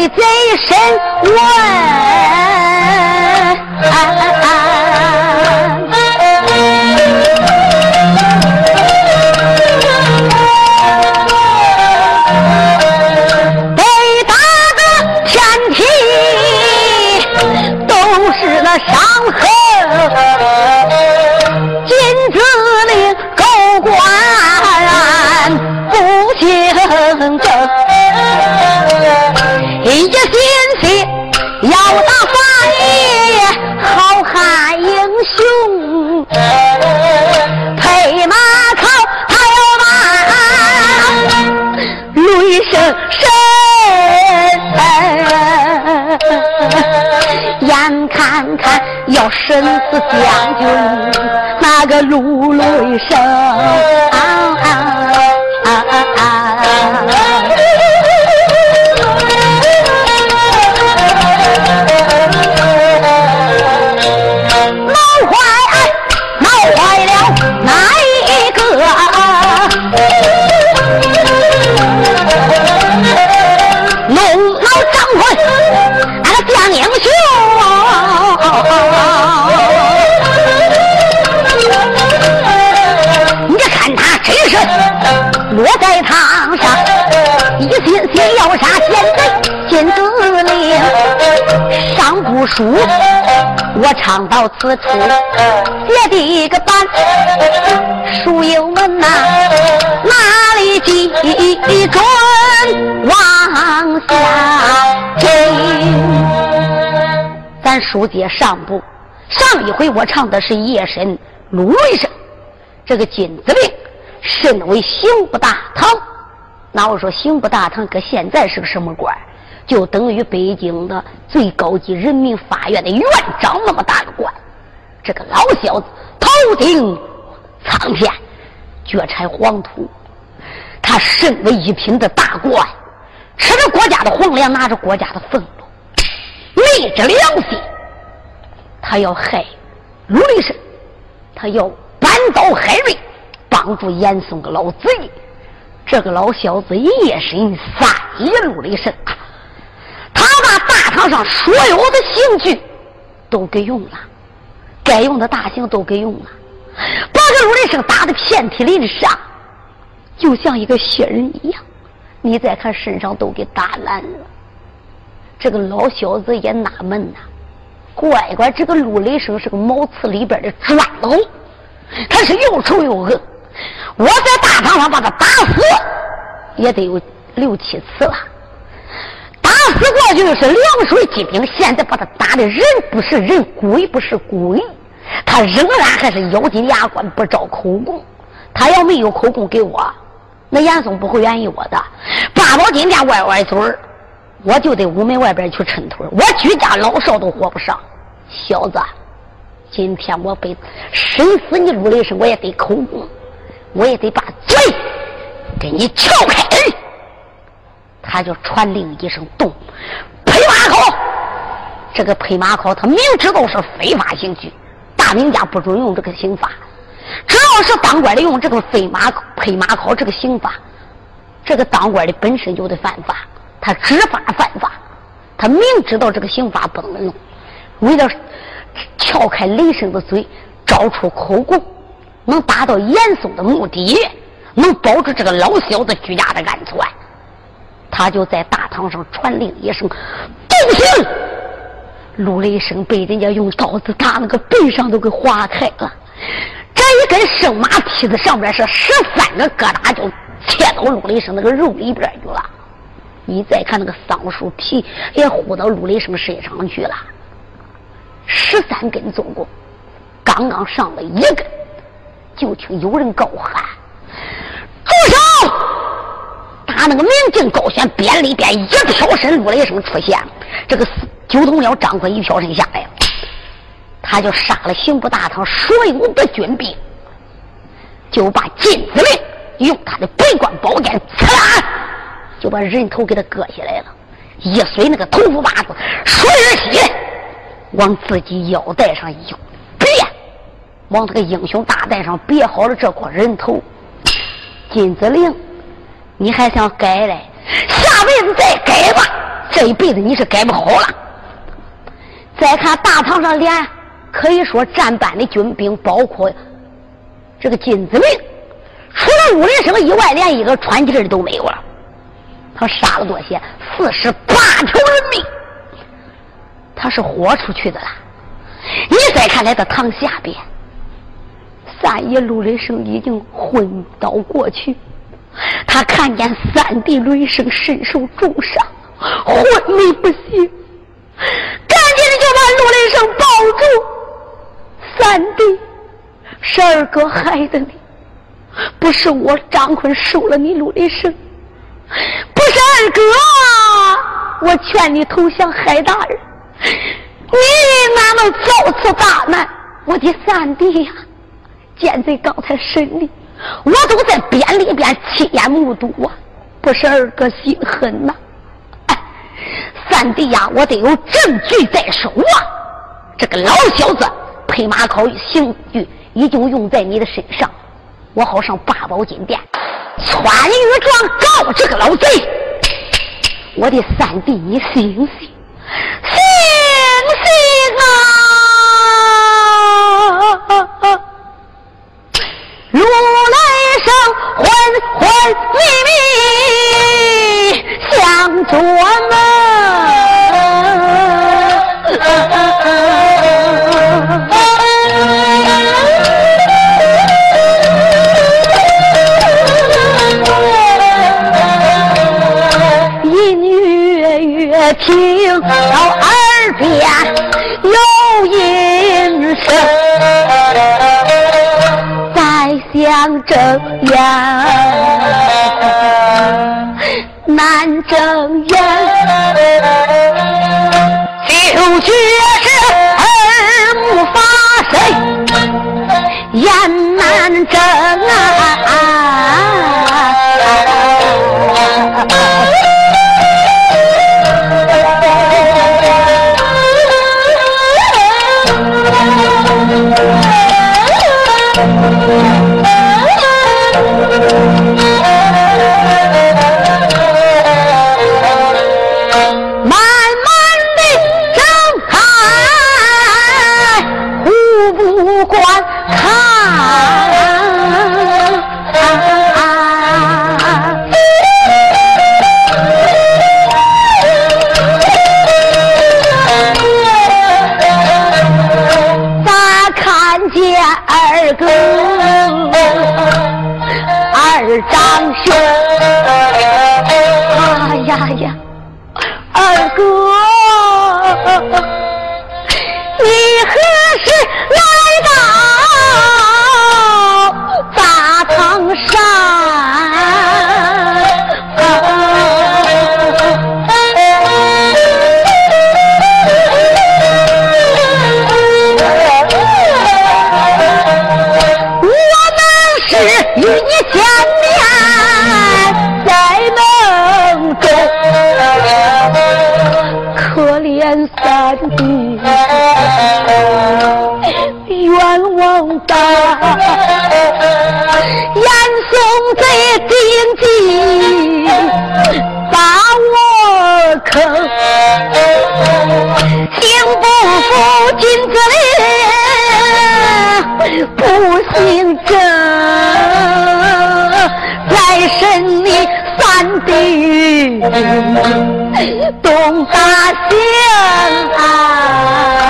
贼身问，被打的遍体都是那伤痕，金子岭狗官不行正，一心心要打法爷好汉英雄，配马口他要把雷声声，眼看看要审死将军那个陆雷声，闹坏了哪一个？弄老张混那个将英雄，你看他真是落在堂上，一心心要杀奸贼金子岭，上不书我唱到此处写的一个版，书友们哪里记准往下听。咱书接上部，上一回我唱的是夜审陆雷声，这个金子岭身为刑部大堂，那我说刑部大堂搁现在是个什么官？就等于北京的最高级人民法院的院长那么大个官。这个老小子头顶苍天，脚踩黄土，他身为一品的大官，吃着国家的皇粮，拿着国家的俸禄，昧着良心，他要害陆雷声，他要搬刀害人，帮助严嵩个老贼。这个老小子夜审3夜陆雷声，他把大堂上所有的刑具都给用了，该用的大刑都给用了，把这陆雷声打得遍体鳞伤，就像一个血人一样。你再看身上都给打烂了。这个老小子也纳闷呐，乖乖，这个陆雷声是个茅厕里边的砖头，他是又臭又恶。我在大堂上把他打死也得有6、7次了，打死过去是凉水积冰，现在把他打的人不是人，鬼不是鬼，他仍然还是咬紧牙关不招口供。他要没有口供给我，那严嵩不会愿意我的。八宝金殿歪歪嘴儿，我就得屋门外边去抻腿，我居家老少都活不上。小子，今天我被审死你陆雷声，我也得口供，我也得把嘴给你撬开。他就传令一声动，拍马口。这个拍马口他明知道是非法刑具，大名家不准用这个刑法，只要是当官的用这个拍马口这个刑法，这个当官的本身就得犯法，他知法犯法，他明知道这个刑法不能用，为了撬开雷声的嘴，招出口供，能达到严嵩的目的，能保住这个老小子居家的安全，他就在大堂上传令一声动刑。陆雷声被人家用刀子打，那个背上都给划开了，这一根生马蹄子上边是13个疙瘩，就切到陆雷声那个肉里边去了。你再看那个桑树皮也糊到陆雷声身上去了，13根总共，刚刚上了1根，就听有人高喊住手！打那个名镜高悬，边里边一飘身陆雷声出现，这个九头鸟张坤一飘身下来了，他就杀了刑部大堂所有的军兵，就把金子岭用他的北关宝剑刺啦，就把人头给他割下来了，一随那个头发把子水儿血往自己腰带上一别，往这个英雄大带上别好了这块人头。金子岭，你还想改嘞？下辈子再改吧， 这一辈子你是改不好了。再看大堂上连可以说战班的军兵，包括这个金子明，除了陆林生以外，连一个喘气儿都没有了。他杀了多些48条人命，他是豁出去的了。你再看来到堂下边，三爷陆林生已经昏倒过去，他看见三弟陆林生身受重伤，昏迷不醒，赶紧的就把陆林生抱住。三弟，是二哥害的你，不是我张坤收了你陆林生，不是二哥啊，我劝你投降海大人，你哪能遭此大难？我的三弟呀，奸贼刚才审理，我都在边里边亲眼目睹啊，不是二哥心狠呐。哎，三弟呀，我得有证据在手啊。这个老小子配马考刑具已经用在你的身上，我好上八宝金殿穿狱状告这个老贼。我的三弟，你醒醒醒醒啊！如来生昏昏迷迷想做梦，隐约约听到耳边有音声，再想睁眼难睁眼，就觉是耳目发瘁，眼难睁啊！二哥二长兄，哎呀呀，二哥，你何时来到大堂上？与你见面在梦中，可怜三弟冤枉大，严嵩贼定计把我坑，行不负金子林，不姓郑，来审你三弟东大姓啊！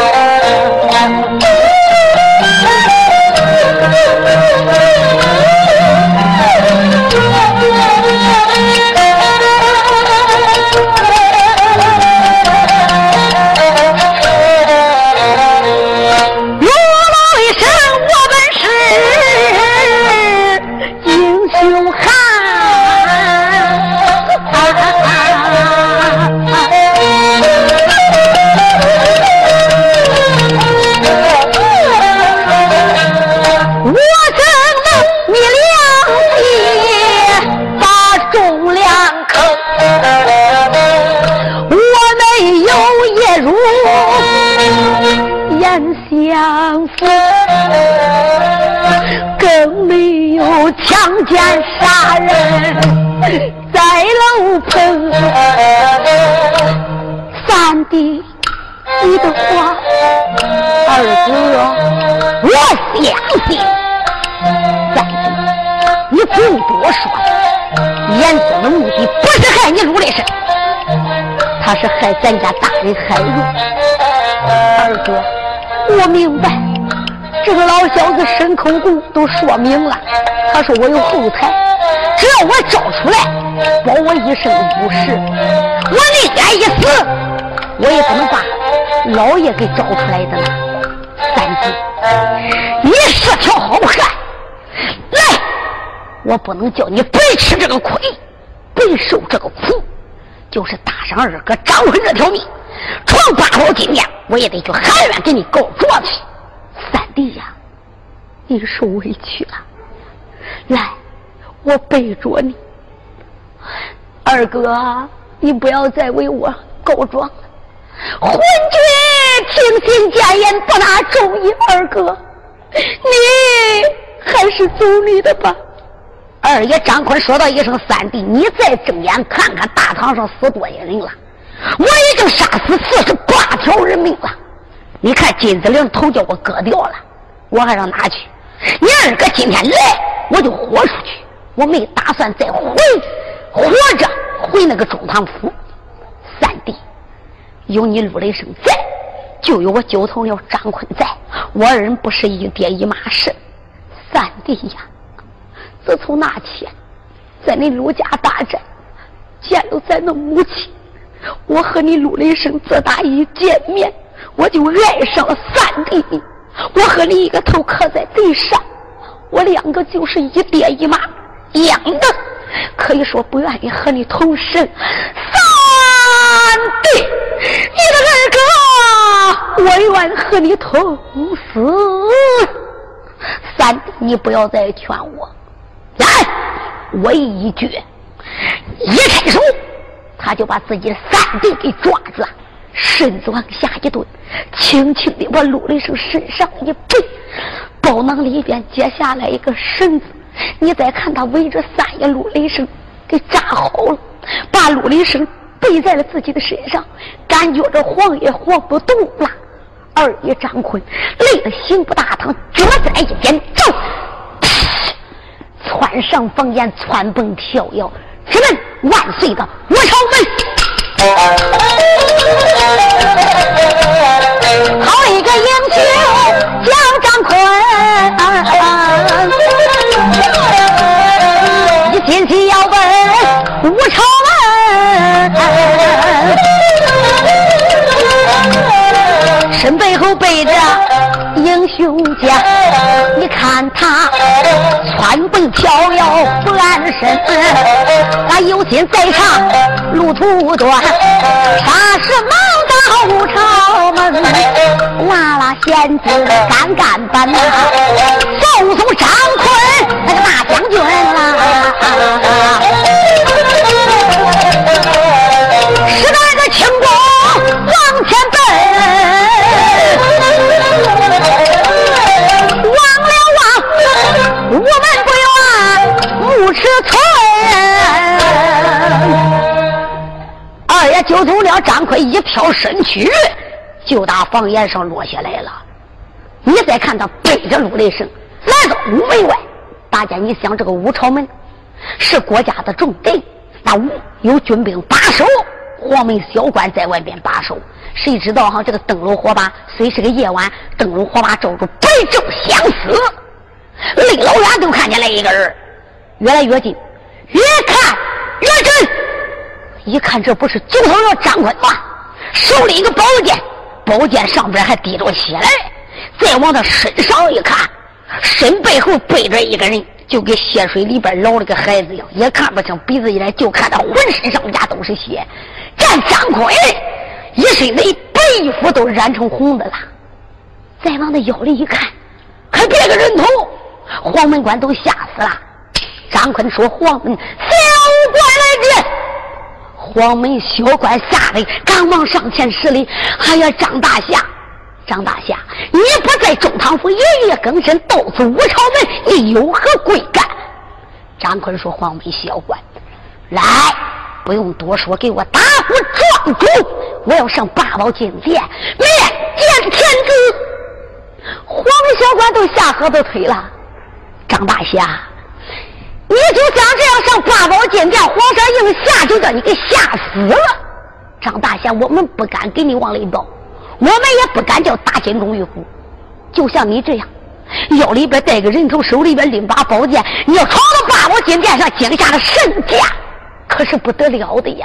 更没有强奸杀人在楼棚， 帝，你的话，二哥，我相信。三弟，你不用多说了，严嵩的目的不是害你陆雷声，他是害咱家大人海荣。二哥，我明白，这个老小子申口供都说明了，他说我有后台，只要我招出来，保我一生无事。我宁愿一死，我也不能把老爷给招出来的了。三弟，你是条好汉，来，我不能叫你白吃这个亏，白受这个苦，就是搭上二哥张坤这条命，闯八宝金殿，我也得去喊冤给你告状去。三弟呀，你受委屈了，来，我背着你。二哥，你不要再为我告状了，昏君听信谏言，不拿主意。二哥，你还是走你的吧。二爷张坤说到一声：三弟，你再睁眼看看大堂上死多少人了，我已经杀死48条人命了。你看金子玲头叫我割掉了，我还上哪去？你二哥今天来，我就豁出去，我没打算再活着回那个中堂府。三弟，有你陆雷声在，就有我九头鸟张坤在，我二人不是一爹一妈事。三弟呀，自从那天在你陆家大战见了咱的母亲，我和你陆雷声自打一见面，我就爱上了三弟。我和你一个头磕在地上，我两个就是一爹一妈一样的，可以说不愿意和你同生。三弟，你的二哥，我愿和你同死。三弟，你不要再劝我，来，我一句一伸手，他就把自己的三弟给抓住了，身子往下一蹲，轻轻地把陆雷声身上一背，包囊里边接下来一个绳子，你再看他围着三爷陆雷声给扎好了，把陆雷声背在了自己的身上，感觉着晃也晃不动了。二爷张坤累得刑部大堂，脚在一边走，窜上房檐，窜蹦跳跃，直奔万岁的武朝门。好一个英雄叫张坤，一心心要奔武朝门，身背后背着英雄家，你看他窜蹦跳跃不安身，他有心在场路途短，杀是冒到武朝门，拉拉弦子干干板呐，送送张坤那个大将军啦，时代的轻功往前奔，我们不愿不吃村。二爷就走了，张坤一飘身躯就打房檐上落下来了。你再看他背着陆雷声来到午门外，大家你想这个武朝门是国家的重镇，那有军兵把守，黄门小官在外边把守，谁知道这个灯笼火把虽是个夜晚，灯笼火把照住白昼相思，离老远都看见来一个人，越来越近，越看越真，一看这不是九头鸟张坤吗？手里一个宝剑，宝剑上边还滴着血来，再往他身上一看，身背后背着一个人，就跟血水里边捞了个孩子一样，也看不清鼻子一来，就看他浑身上下都是血。战张坤一身的白衣服都染成红的了，再往他腰里一看，还别个人头，黄门官都吓死了。张坤说：“黄门小官来见。”黄门小官吓得赶忙上前施礼：“哎呀，张大侠，张大侠，你不在中堂府夜夜更深，到此武朝门，你有何贵干？”张坤说：“黄门小官，来， 不用多说，给我打鼓庄主，我要上八宝金殿面见天子。黄小官都下河都退了。张大侠，你就想这样上八宝金殿，皇上应下就叫你给吓死了。张大侠，我们不敢给你往里报，我们也不敢叫打金钟玉虎。就像你这样腰里边带个人头，手里边拎把宝剑，你要闯到八宝金殿上惊吓了圣驾，可是不得了的呀。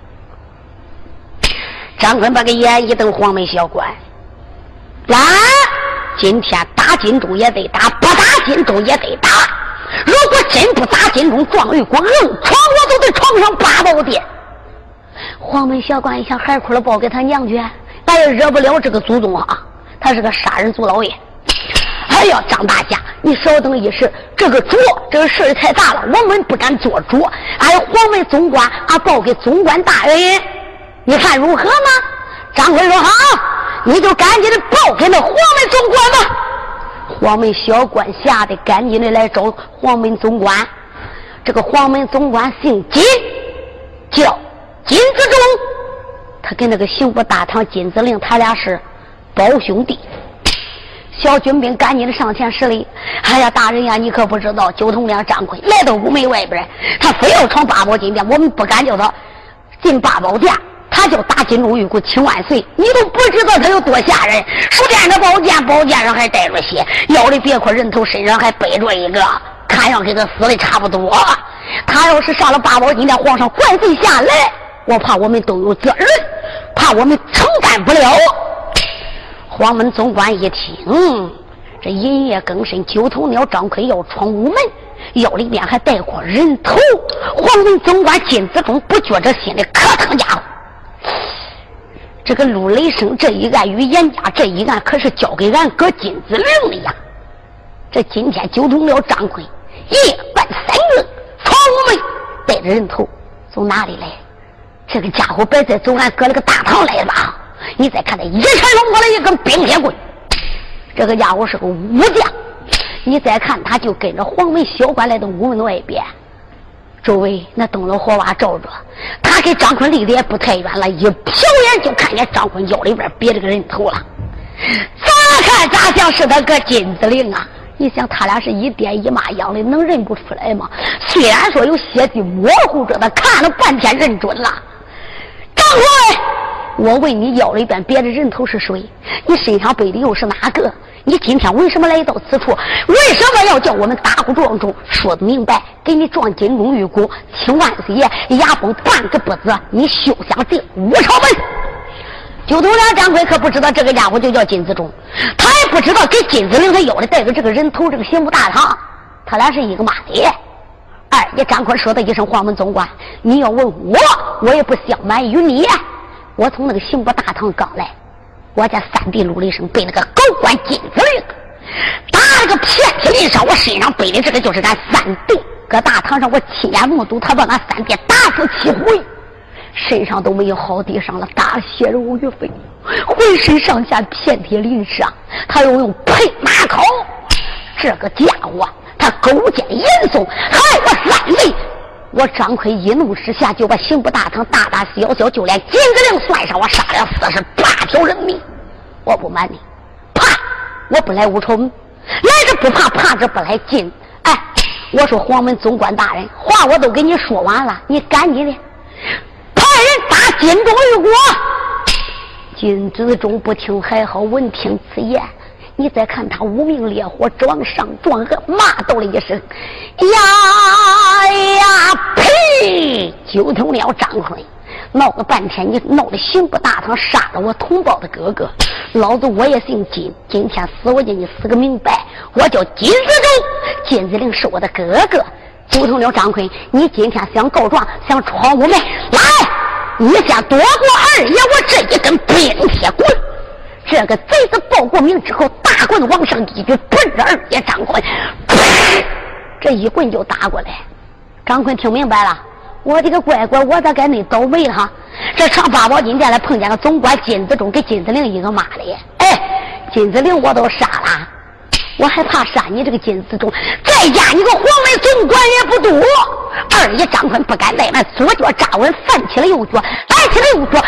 张坤把个眼一瞪，黄眉小官，来，今天打金钟也得打，不打金钟也得打。如果真不打金钟，状玉国硬闯我都得闯上八宝殿。黄眉小官一想，还哭了报给他娘去，咱也惹不了这个祖宗啊，他是个杀人族老爷。哎呀，张大侠，你稍等一时，这个事儿太大了，我们不敢做主。俺黄眉总管报给总管大人，你看如何吗？张坤说好，你就赶紧的报给那黄眉总管吧。黄眉小官吓得赶紧的来找黄眉总管。这个黄眉总管姓金，叫金子忠，他跟那个刑部大堂金子令他俩是胞兄弟。小军兵赶紧的上前施礼。哎呀，大人呀，你可不知道，九头梁张坤来到午门外边，他非要闯八宝金殿，我们不敢叫他进八宝殿，他就打金钟玉虎请万岁，你都不知道他有多吓人。手掂着宝剑，宝剑上还带着血，腰里别块人头，身上还背着一个，看上去跟死的差不多。他要是上了八宝金殿，皇上万岁下来，我怕我们都有责任，怕我们承担不了。黄门总管一听，这银夜更深，九头鸟张奎要闯午门，腰里边还带过人头。黄门总管金子忠不觉着心里可疼家伙，这个陆雷声这一案与严家这一案可是交给俺哥金子令的呀。这今天九头鸟张奎夜半三更闯午门，带着人头从哪里来？这个家伙别再走俺哥那个大堂来吧。你再看他一拳拢过来一根冰铁棍，这个家伙是个武将。你再看他就跟着黄眉小官来到午门外边，周围那灯笼火把照着，他跟张坤离得也不太远了，一瞟眼就看见张坤腰里边别着个人头了。咋看咋像是他个金子令啊！你想他俩是一爹一妈一样的，能认不出来吗？虽然说有血迹模糊着，他看了半天认准了。张坤，我问你，腰里边别的人头是谁？你身上背的又是哪个？你今天为什么来到此处？为什么要叫我们打鼓撞钟？说得明白，给你撞金钟玉骨，请万岁爷牙崩半个不子，你休想进五朝门。九头梁张奎可不知道这个家伙就叫金子忠，他也不知道给金子令他腰里带着这个人头，这个刑部大堂，他俩是一个妈的。二爷张坤说的一声黄门总管，你要问我也不相瞒于你。我从那个刑部大堂刚来，我家三弟陆立生被那个狗官金子令打了个遍体鳞伤，我身上背的这个就是俺三弟，搁大堂上我亲眼目睹他把俺三弟打死7回，身上都没有好地上了，打了血肉于飞，浑身上下遍体鳞伤，他又用配马口，这个家伙他勾践严嵩害我3位。我张奎一怒之下就把刑部大堂大大小小就连金子令算上，我杀了48条人命。我不瞒你，怕我不来五朝门，来着不怕，怕着不来进。哎，我说黄门总管大人，话我都给你说完了，你赶紧的派人打金钟玉国。金子忠不听还好，闻听此言，你再看他无名烈火撞上撞下，骂道了一声呀呀呸！九头鸟张坤，闹了半天，你闹了刑部大堂，杀了我同胞的哥哥，老子我也姓金，今天死我叫你死个明白，我叫金子忠，金子令是我的哥哥。九头鸟张坤，你今天想告状，想闯午门，来，你先躲过二爷我这一根冰铁棍。这个贼子报过名之后，大棍往上一举，奔着二爷张坤，这一棍就打过来。张坤听明白了，我这个乖乖，我咋该那倒霉了？这上八宝金殿来碰见个总管金子忠，给金子令一个骂的。哎，金子令我都杀了， 我还怕杀你这个金子忠，再加你个皇位总管也不多。二爷张坤不敢怠慢，左脚扎稳，翻起了右脚，来起了右脚，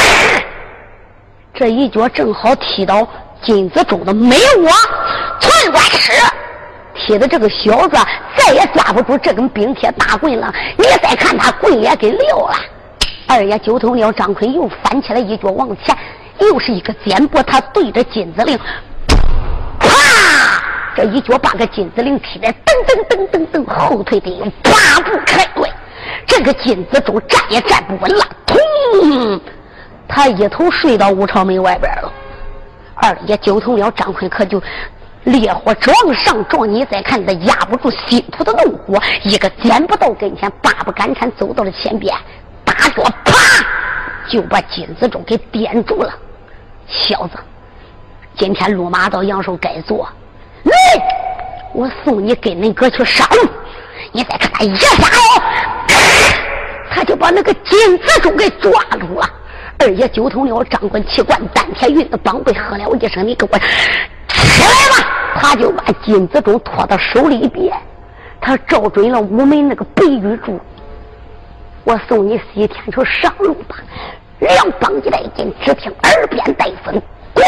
这一脚正好踢到金子忠的眉窝，寸关尺，踢的这个小子再也抓不住这根冰铁大棍了。你再看他棍也给撂了。二爷九头鸟张坤又翻起来一脚往前，又是一个肩膊，他对着金子令，啪！这一脚把个金子令踢得噔噔噔噔噔后退的八步开退。这个金子忠站也站不稳了，通，他一头睡到武朝门外边了。二爷九头鸟张坤可就烈火撞上撞，你再看他压不住心头的怒火，一个肩不到跟前，八不敢颤走到了前边，大脚啪就把金子忠给点住了。小子，今天路马到阳寿该做，来，我送你跟恁哥去上路。你再看他一下哦，他就把那个金子忠给抓住了。二爷九头鸟张冠气贯丹田运的绑背喝了一声，你给我起来吧。他就把金子忠拖到手里边，他照准了午门那个白玉柱，我送你西天去上路吧。两膀一带劲，只听耳边带风，咣！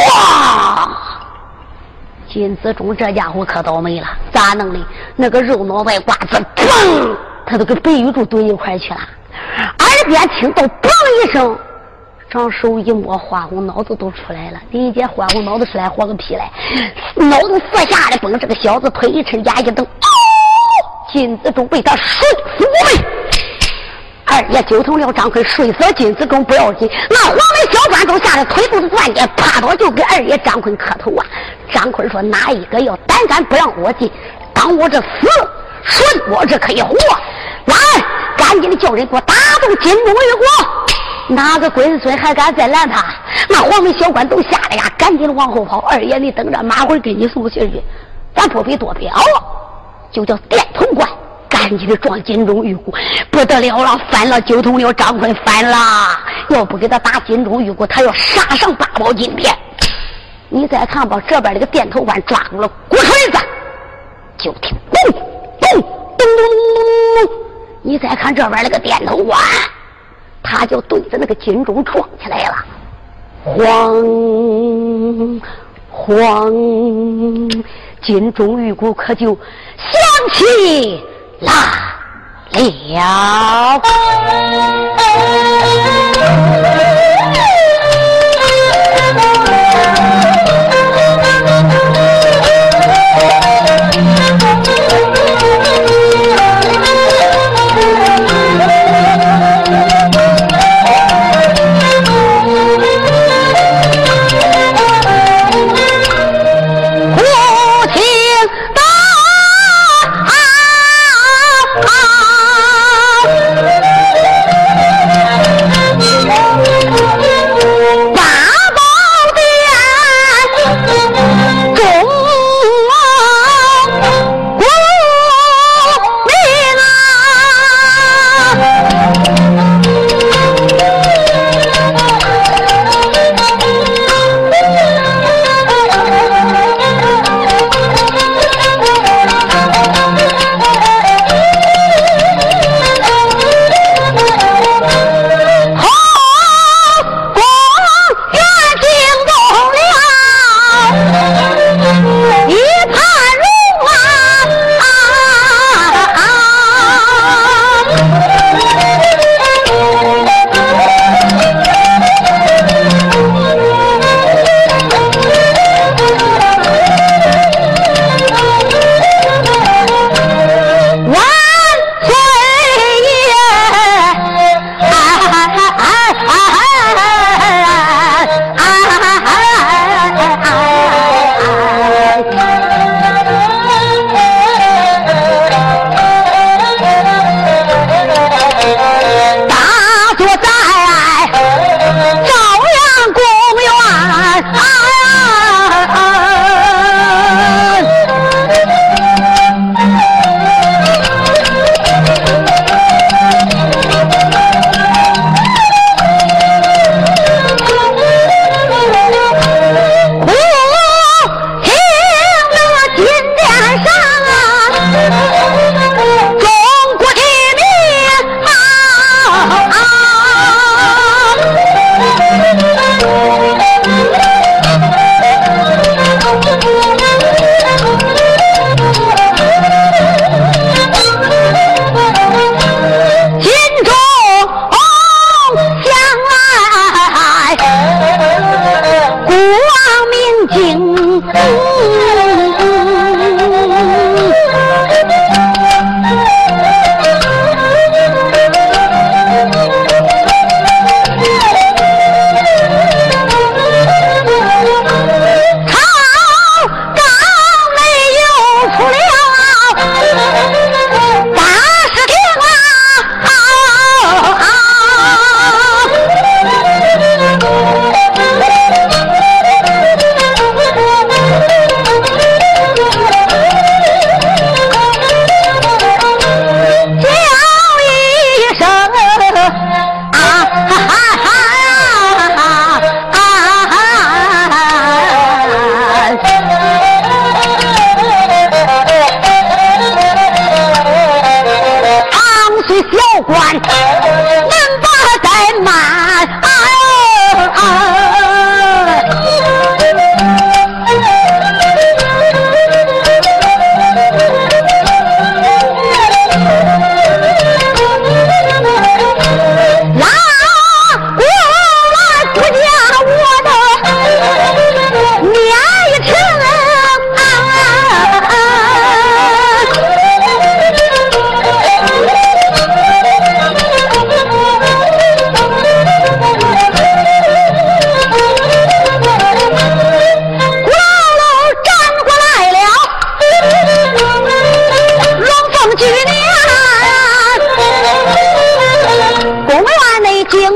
金子忠这家伙可倒霉了，咋弄的？那个肉脑外瓜子，砰！他都跟白玉柱怼一块去了。耳边听到砰一声，张手一摸，花红脑子都出来了。林一姐花红脑子出来，活个屁来！脑子四下的崩，这个小子腿一抻，牙一蹬，哦！金子忠被他摔死无门。二爷九头鸟张坤睡死了金子忠不要紧，那黄门小砖都吓得腿肚子断裂，啪倒就给二爷张坤磕头啊！张坤说：“哪一个要胆敢不让我进，当我这死，说我这可以活。来，赶紧的叫人给我打动金钟玉国。哪个龟孙还敢再拦他？那黄门小官都吓得呀，赶紧的往后跑。二爷，你等着，马会给你送去去。咱不比多表，就叫电头官。”赶紧的撞金钟玉骨，不得了了，翻了九头鸟张坤翻了，要不给他打金钟玉骨，他要杀上八宝金片。你再看吧，这边这个电头官抓住了鼓锤子，就听咚咚咚咚咚咚，你再看这边那个电头官，他就对着那个金钟撞起来了，晃晃，金钟玉骨可就响起了。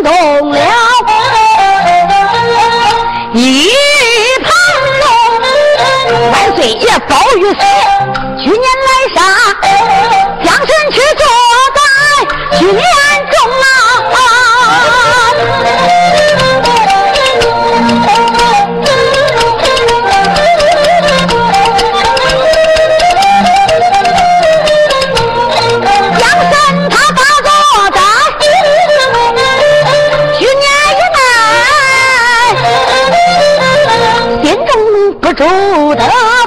动了一旁龙，万岁爷包玉髓，去年来杀，将身去坐在去年中啊。不住的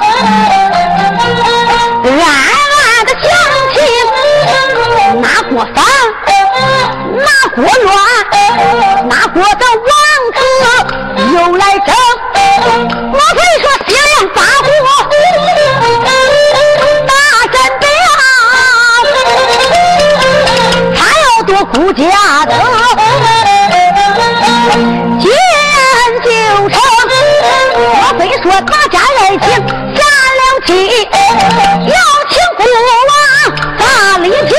暗暗的想起哪国反哪国乱，哪国的王子又来争，莫非说西凉八国大战北他要夺顾家的建就城，莫非说大家爱情下了棋，要请国王大礼品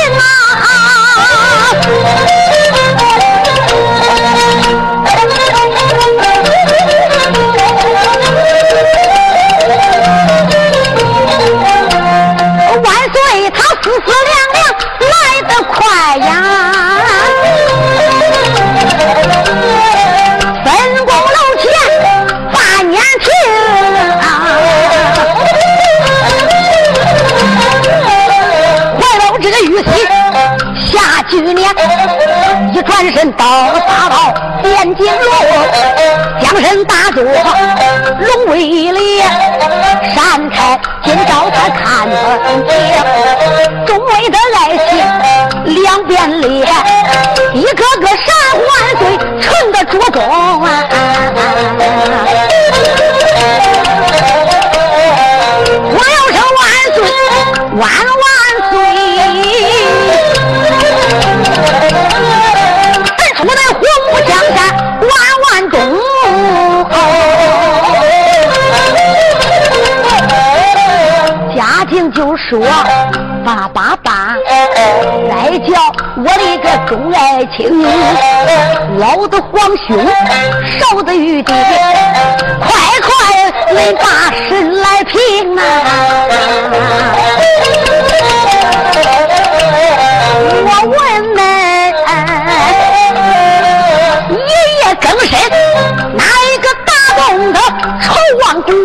万岁他思思量量来得快呀，分工楼前半年停怀了这个玉玺下去年，一转身到了大道边境路，将身打坐龙威里，闪开今朝他看分别，众位的爱情两边列，一个个闪万岁成的着中啊，我要是万岁万万岁，我在黄埔江山万万中，家境就说爸爸爸，再叫我的个钟爱卿，老的皇兄少的玉帝，快快来把身来平啊，我问恁爷爷更深哪一个大洞的仇王谷，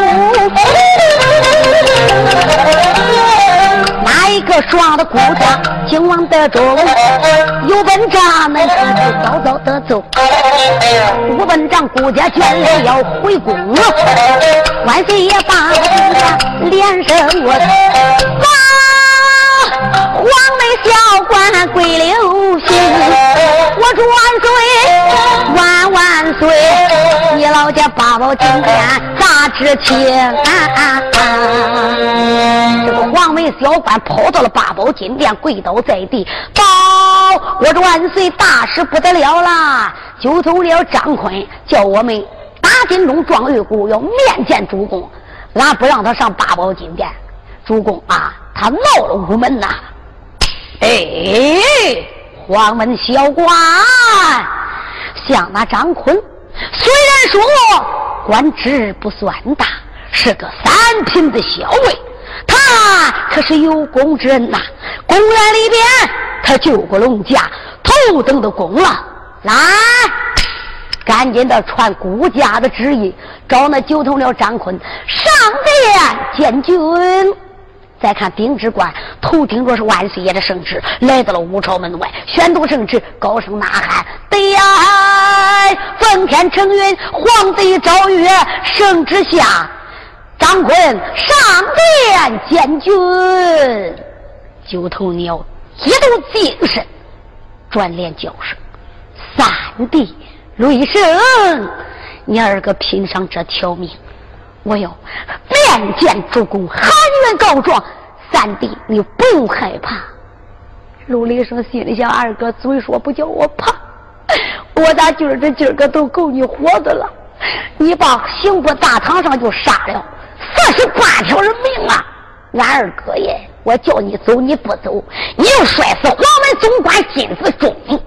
哪一个耍的鼓掌兴亡的中，有本账们就早早的走，无本账顾家眷来要回宫，万岁爷把连声我皇妹小官归刘姓，我祝万岁万万岁，你老家八宝金殿咋知情这个皇妹小官跑到了八宝金殿，跪倒在地，报我祝万岁大事不得了啦，就从了张坤叫我们打金钟状玉姑要面见主公，俺不让他上八宝金殿，主公啊他闹了午门呐。哎，黄门小官像那张坤虽然说官职不算大，是个三品的校尉，他可是有功之人呐，公园里边他救过龙家头等的功了，来赶紧的传顾家的旨意，找那九头鸟张坤上殿见君。再看丁知官头顶着是万岁爷的圣旨，来到了武朝门外，宣读圣旨，高声呐喊：得呀！奉天承运，皇帝诏曰，圣旨下，张坤上殿见君。九头鸟一度精神，转脸叫声：三弟雷声，你二个拼上这条命，我要面见主公，含冤告状，三弟你不用害怕。陆雷声心里想，二哥嘴说不叫我怕，我咋今儿个都够你活的了，你把刑部大堂上就杀了48条人命啊！俺二哥耶，我叫你走你不走，你又摔死黄门总管金子忠，你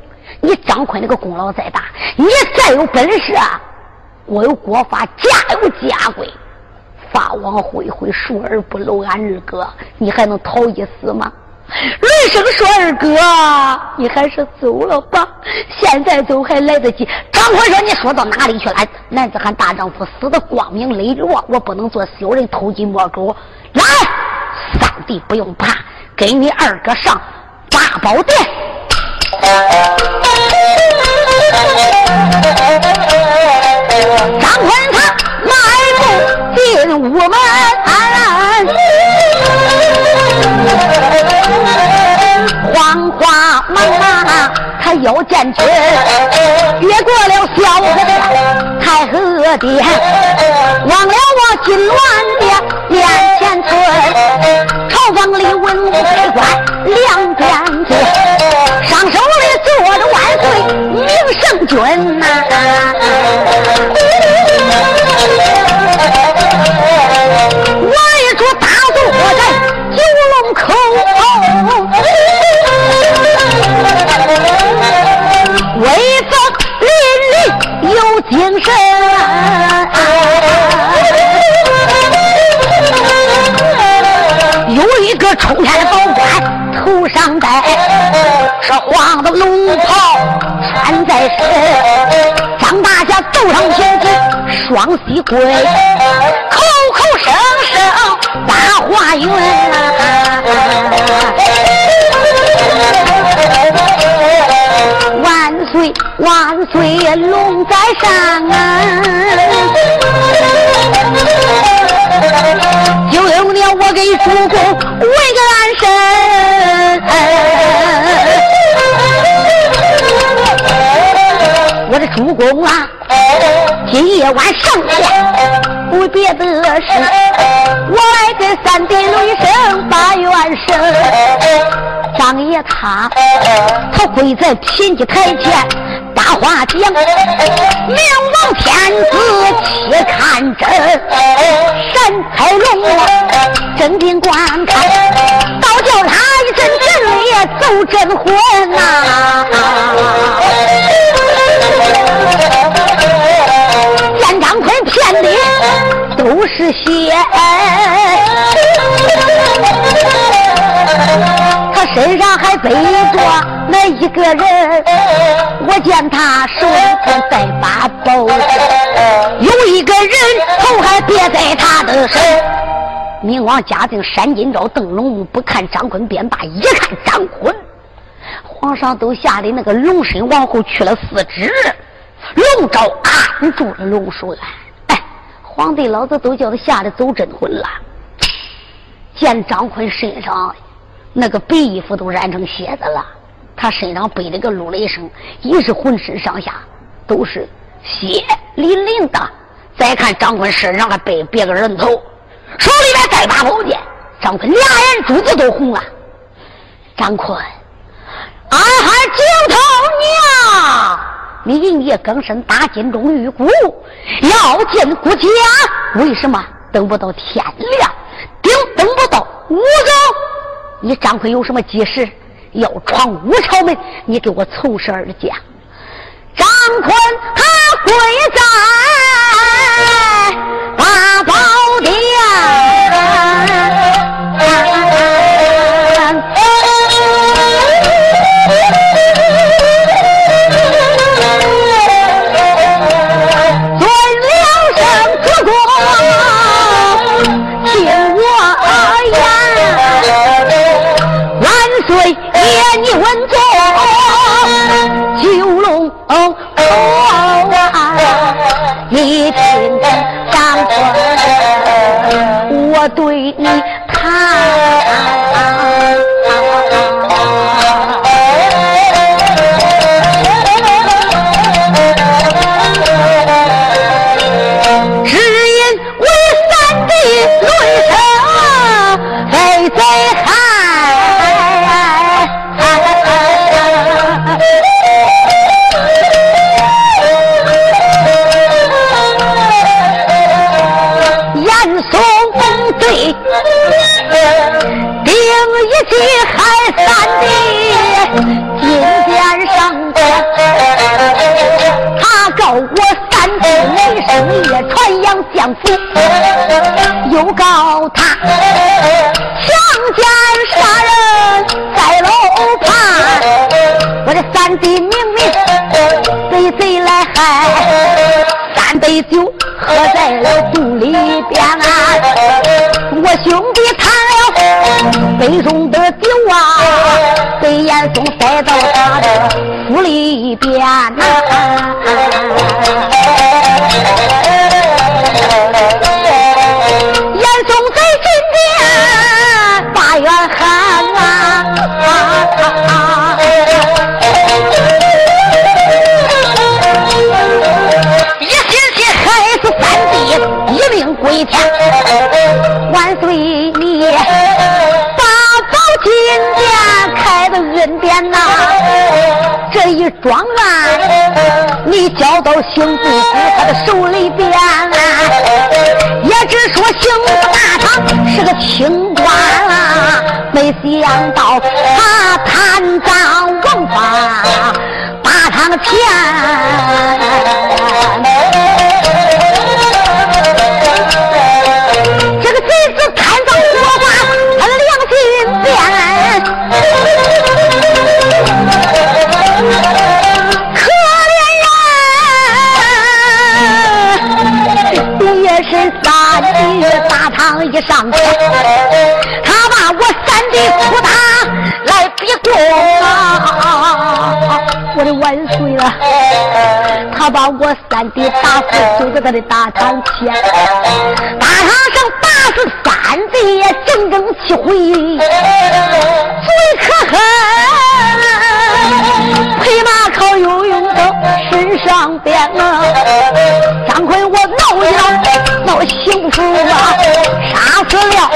你张坤那个功劳再大，你再有本事啊，我有国法，家有家规，法网恢恢，疏而不漏，俺二哥，你还能逃一死吗？雷声说：“二哥，你还是走了吧，现在走还来得及。”张坤说：“你说到哪里去了？男子汉大丈夫，死的光明磊落，我不能做小人偷鸡摸狗。来，三弟不用怕，给你二哥上大宝殿。”张坤他迈步进屋门，慌慌忙忙他又见去，越过了小河太和殿，忘了我金銮殿面前村，朝房里文武百官两边坐，上手里坐着万岁明圣君呐、我一主大坐在九龙口，威风凛凛有精神，有一个冲天宝冠头上戴，是黄的龙袍穿在身，张大侠走上前去双膝跪，口口声声大话云万岁万岁龙在上啊，96年我给主公问个安身，我的主公啊，今夜晚上下不别的事，我来给三弟雷声把元声。张爷他跪在品级台前大话讲，明王天子且看真，闪开龙真定观看，倒叫他一阵阵烈走真魂呐、见张坤片里都是血，他身上还背着那一个人，我见他手里在把宝剑，有一个人头还别在他的身。明王嘉靖山金招邓龙木，不看张坤便罢，一看张坤，皇上都吓得那个龙身往后去了4指，龙爪按住了龙树来。哎，皇帝老子都叫他吓得走真魂了。见张坤身上那个白衣服都染成血的了，他身上背着个陆雷声，一是浑身上下都是血淋淋的。再看张坤身上还背别个人头，手里边带把宝剑，张坤俩眼珠子都红了。张坤，俺还九头娘，你营业更深，打金钟玉骨，要进国家，为什么等不到天亮，等不到午后？你张坤有什么急事要闯武朝门？你给我凑实而讲。张坤他跪在大宝殿，尊了声主公，听我言，万岁爷你稳坐九龙口你听张坤我对你谈，只因为三弟论声非贼害，严嵩对元阳相府，又告他强奸杀人在楼畔。我这三弟明明被贼来害，3杯酒喝在了肚里边啊！我兄弟贪了杯中的酒啊，被严嵩带到他的府里边啊！严嵩在身边把冤喊啊！一心气害死3弟，一命归天。万岁你把宝金殿开的恩典呐，这一庄园你交到刑部府他的手里边啊，也只说刑部大堂是个清官啊，没想到他贪赃枉法大堂前。这个贼子贪赃枉法，他的良心变，可怜人也是3弟大堂一上前，他把我3弟出打来逼供啊！我的万岁了，他把我3弟打死，就在他的大堂前，大堂上打死3弟也整整7回，最可恨陪马靠游泳的身上边啊！张奎我闹了，闹刑府啊，杀死了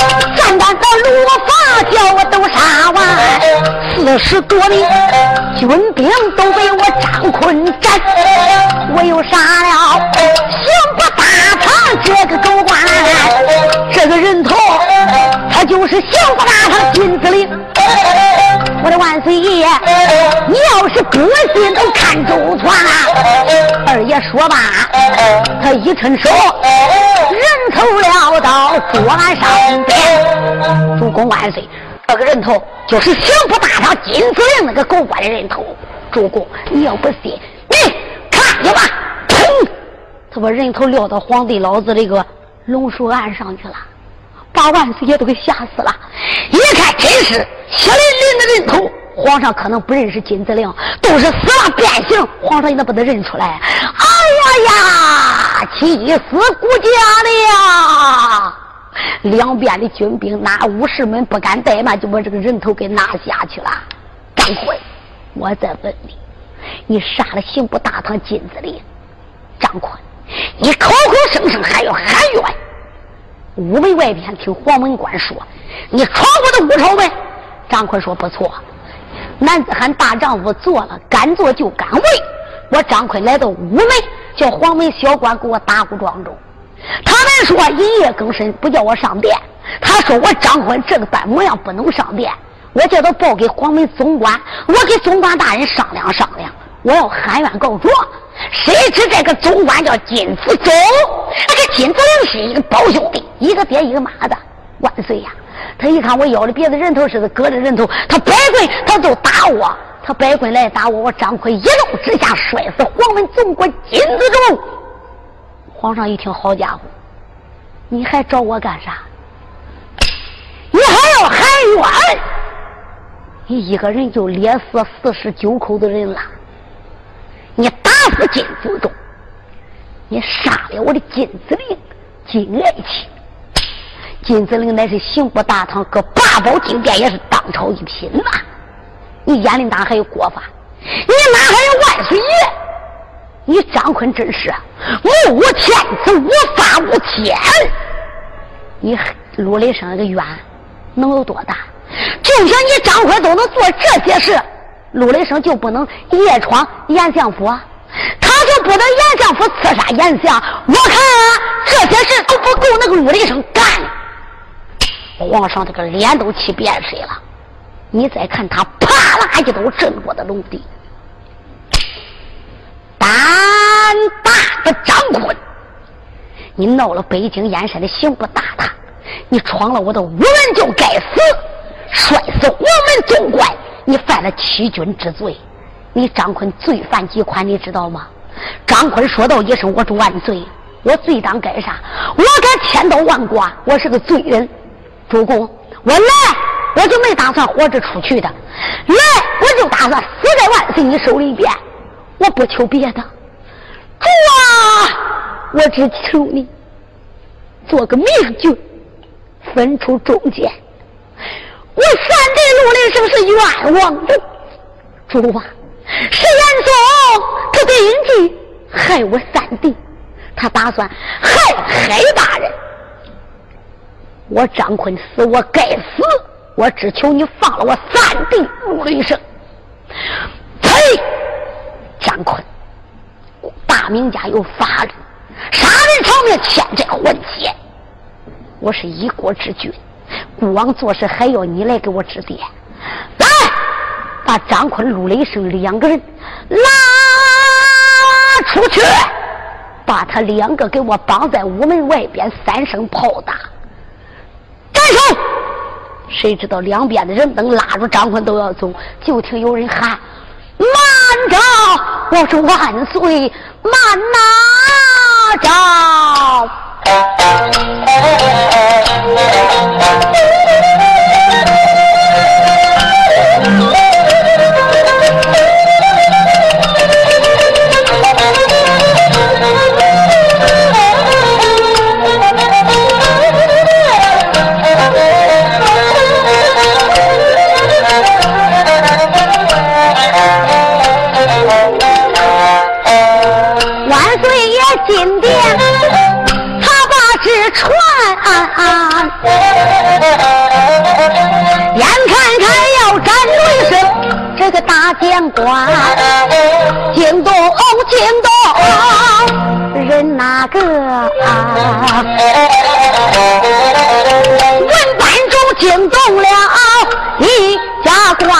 3担的罗发，叫我都杀完，40多名军兵都被我张坤斩，我又杀了刑部大堂这个狗官，这个人头他就是刑部大堂金子陵。我的万岁爷，你要是不信都看周全啊！二爷说吧，他一伸手，人头撂到桌案上边。主公万岁，这个人头就是刑部大堂金子陵那个狗官的人头。主公，你要不信，你看去吧。砰！他把人头撂到皇帝老子这个龙书案上去了，把万岁爷都给吓死了。一看真是血淋淋的人头，皇上可能不认识金子陵，都是死了变形，皇上也能把他认出来。哎呀呀，气死国家了！两边的军兵那武士们不敢怠慢，就把这个人头给拿下去了。张坤，我再问你，你杀了刑部大堂金子陵，张坤，你口口声声还要喊冤，午门外边听黄门官说你闯过的五朝门。张坤说不错，男子汉大丈夫做了，敢做就敢为。我张坤来到午门，叫黄门小官给我打鼓庄重，他们说一夜更深不叫我上殿，他说我张坤这个般模样不能上殿，我叫他报给黄门总管，我给总管大人商量商量，我要喊冤告状。谁知这个总管叫金福忠，那个金子陵是一个胞兄弟，一个爹一个妈的。万岁呀，他一看我腰里别的人头似的搁着人头，他摆棍他就打我，他摆棍来打我，我张奎一怒之下摔死黄门总管金子忠。皇上一听，好家伙，你还找我干啥？你还要喊冤？你一个人就烈死49口的人了，你打死金福忠，你杀了我的金子陵金爱卿。金子陵乃是刑部大堂搁八宝金殿也是当朝一品呐，你眼里哪还有国法？你哪还有万岁爷？你张坤真是目无天子，无法无天。你陆雷生那个冤能有多大？就像你张坤都能做这些事，陆雷生就不能夜闯严相府，他就不能严相府刺杀严相。我看这些事都不够那个陆雷生干。皇上这个脸都气变色了，你再看他啪啦一刀震过的龙地，胆大的张坤你闹了北京燕山的刑部大堂，你闯了我的午门就该死，摔死我们总管，你犯了欺君之罪。你张坤罪犯几款你知道吗？张坤说道一声我是万岁，我罪当该啥？我该千刀万剐，我是个罪人。主公，我来我就没打算活着出去的，来我就打算死在万岁你手里边，我不求别的。主啊，我只求你做个明君，分出中间，我三弟陆林生是冤枉的。主啊，是严嵩他定计害我三弟，他打算害黑大人。我张坤死我该死，我只求你放了我三弟陆林生。呸！张坤大明家有法律，杀人偿命，欠债还钱。我是一国之君，孤王做事还要你来给我指点。来，把张坤陆雷生两个人拉出去，把他两个给我绑在屋门外边，3声炮打，斩首。谁知道两边的人等拉住张坤都要走，就听有人喊慢着，我说万岁，慢拿着。进殿，他把纸传，眼看要斩雷声，这个大监官惊动人哪个文班中惊动了一家官。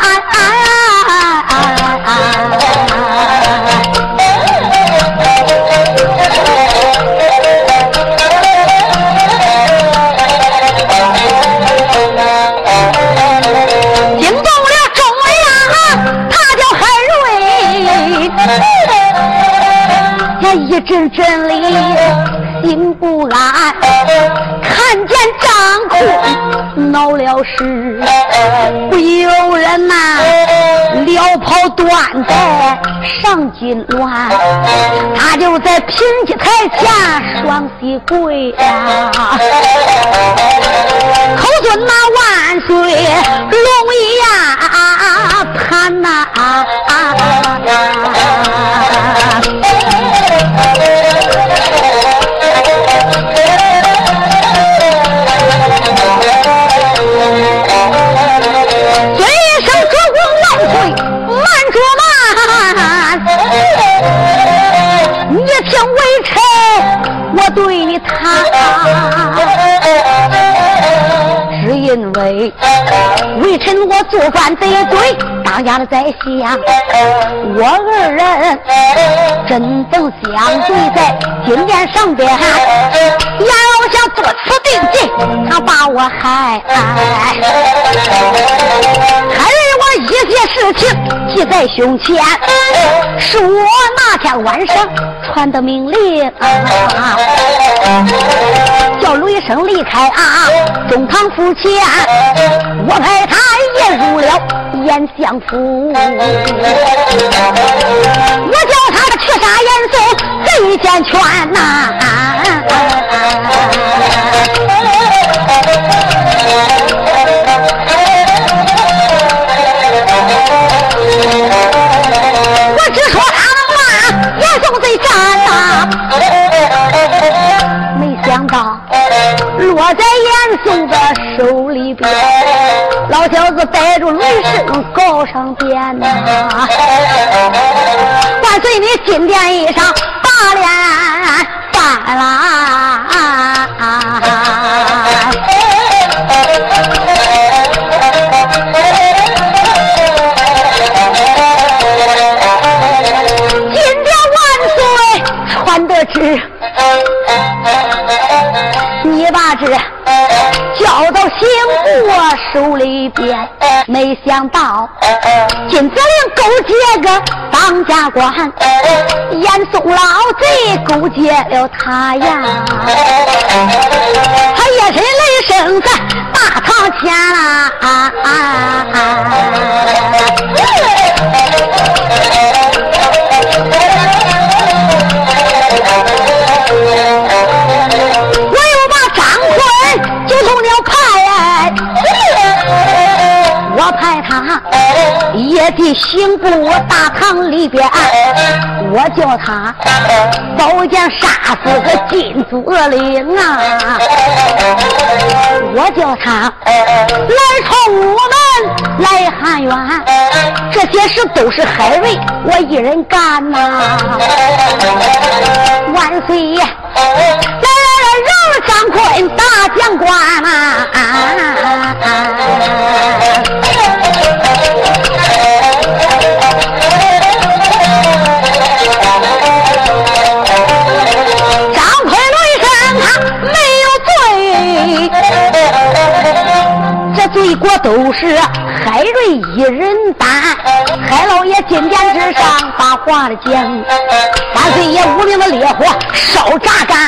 一阵阵里心不安，看见张坤闹了事，不有人呐撩袍断带上金銮，他就在品级台前双膝跪呀，口尊那万岁龙椅呀盘呐对你他只因为微臣我做官得罪当家的宰相，我二人真正相对在金殿上边，要想做此定计，他把我害我一些事情记在胸前，是我那天晚上传的命令叫雷声离开中堂府前，我派他也入了严相府，我叫他去杀严嵩贼奸权我只说他们骂严嵩贼战没想到落在严嵩的手里边，老小子带着雷声告上殿万岁你金殿一上把脸翻啦金殿万岁传得旨你把这交到刑部手里边，没想到金子陵勾结个当家官，严嵩老贼勾结了他呀，他夜深雷声在大堂前我又把张坤就从了派，我派他也进刑部大堂里边，我叫他早间杀死个金子陵啊，我叫他来冲我们来喊冤，这些事都是海瑞我一人干呐，万岁呀！来饶张坤大将官张坤雷声他没有罪，这罪过都是海瑞一人担，海老爷金殿之上把话了讲，万岁爷无名的烈火烧炸干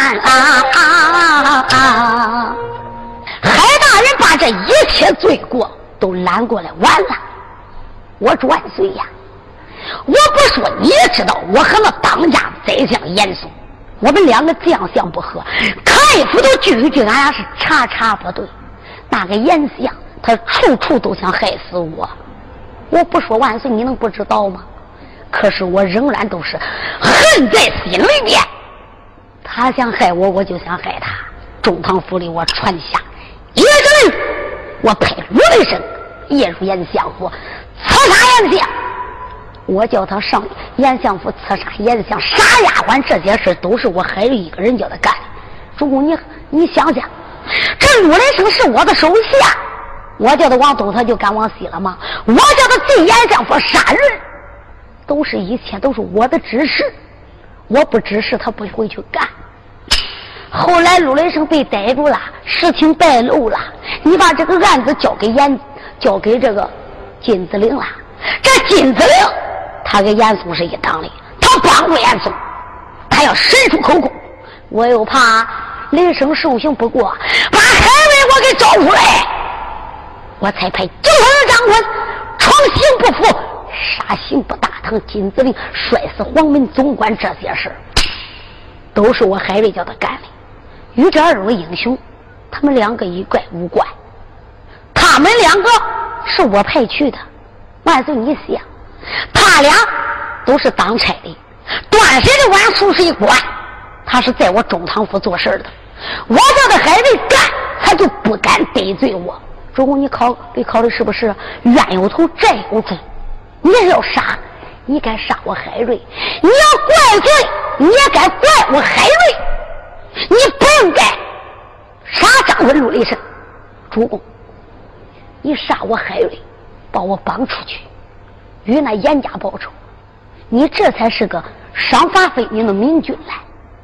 海大人把这一切罪过都揽过来完了。我说万岁呀，我不说你也知道，我和那当家宰相严嵩，我们两个将相不和，看一副都句句俺俩是茬不对。那个严相他处处都想害死我，我不说万岁你能不知道吗？可是我仍然都是恨在心里面，他想害我我就想害他。中堂府里我传下一个人，我派卢雷声夜入严相府刺杀严相，我叫他上严相府刺杀严相，杀丫鬟，这些事都是我海瑞一个人叫他干的。主公你想想，这卢雷声是我的手下，我叫他往东他就敢往西了吗？我叫他进严相府杀人，一切都是我的指示，我不指示他不会去干。后来陆雷声被逮住了，事情败露了，你把这个案子交给这个金子陵了。这金子陵他跟严嵩是一党的，他帮助严嵩，他要神出口供，我又怕雷声受刑不过，把海瑞我给找出来，我才派9人张坤闯刑不服，杀刑部大堂金子陵，摔死黄门总管，这些事都是我海瑞叫他干的。与这2位英雄他们2个一概无关，他们2个是我派去的。万岁你想，他俩都是当差的，端水的碗数水管，他是在我中堂府做事的，我叫他海瑞干，他就不敢得罪我。主公你考虑是不是冤有头债有主，你要杀你该杀我海瑞，你要怪罪你也该怪我海瑞，你不应该杀张坤陆雷声。主公你杀我海瑞，把我绑出去与那严家报仇，你这才是个赏罚分明的明君来。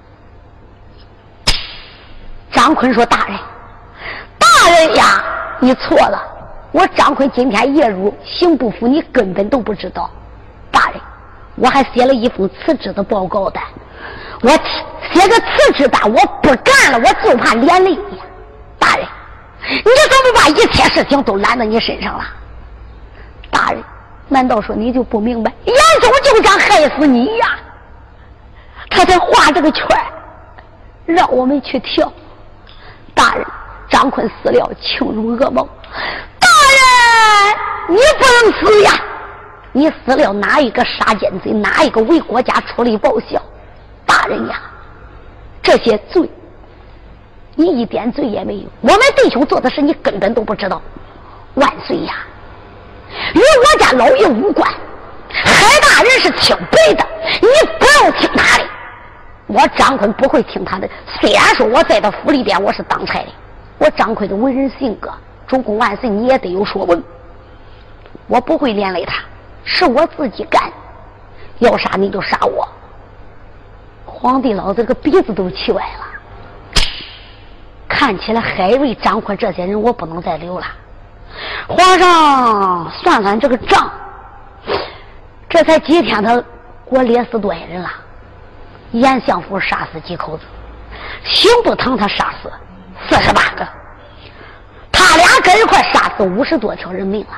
张坤说大人呀，你错了，我张坤今天夜入刑部府，你根本都不知道。大人，我还写了一封辞职的报告单，我写个辞职单，我不干了，我就怕连累你。大人，你怎么把一切事情都揽到你身上了？大人，难道说你就不明白严嵩就想害死你呀？他才画这个圈让我们去跳。大人，张坤死了，情如噩梦。大人，你不能死呀！你死了，哪一个杀奸贼，哪一个为国家出力报效？大人呀，这些罪你一点罪也没有，我们弟兄做的事你根本都不知道。万岁呀，与我家老爷无关，海大人是清白的，你不用听他的。我张坤不会听他的，虽然说我在他府里边我是当差的，我张坤的为人性格，主公万岁你也得有说问，我不会连累他，是我自己干，要杀你就杀我。皇帝老子个鼻子都气歪了，看看起来海瑞、张坤这些人我不能再留了。皇上算算这个账，这才几天他给我勒死多少人了？严相府杀死几口子，刑部堂他杀死48个，他俩跟一块杀死50多条人命了。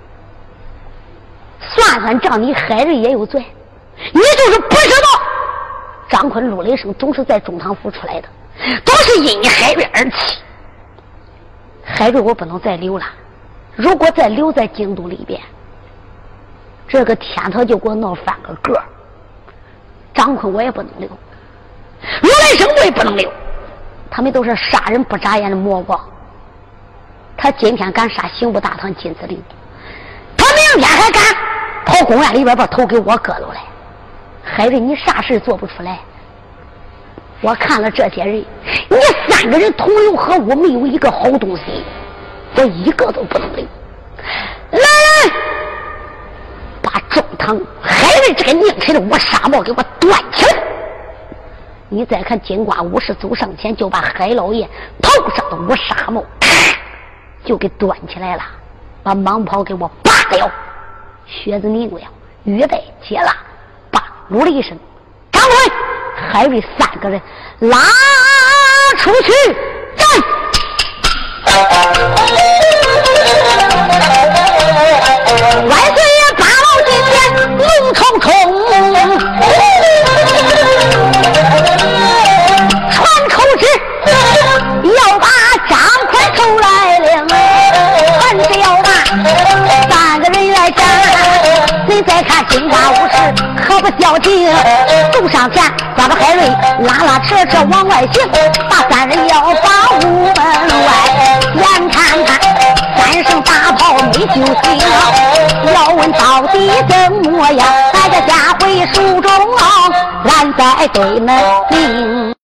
算算账，你海瑞也有罪，你就是不知道张坤、陆雷声都是在中堂府出来的，都是因你海瑞而起。海瑞我不能再留了，如果再留在京都里边，这个天头就给我闹翻个个。张坤我也不能留，陆雷声我也不能留，他们都是杀人不眨眼的魔王。他今天敢杀刑部大堂金子令，他明天还敢跑公园里边把头给我割了来。海瑞你啥事做不出来？我看了这些人，你3个人同流合污，没有一个好东西，我一个都不能留。来人，把中堂海瑞这个拧起的乌纱帽给我端起来。你再看金瓜武士走上前，就把海老爷头上的乌纱帽就给端起来了，把蟒袍给我拔掉，靴子拧了，玉带解了，把陆了一声，张坤、海瑞3个人拉出去战。万岁爷八宝金殿怒冲冲，传口旨要把张坤出来领，还是要把3个人来战。你再看金瓜武士可不消停，走上前抓着海瑞拉扯往外行，把3人要把屋门外，眼看看3声大炮没救星，要问到底怎么样，大家下回书中俺再对门明。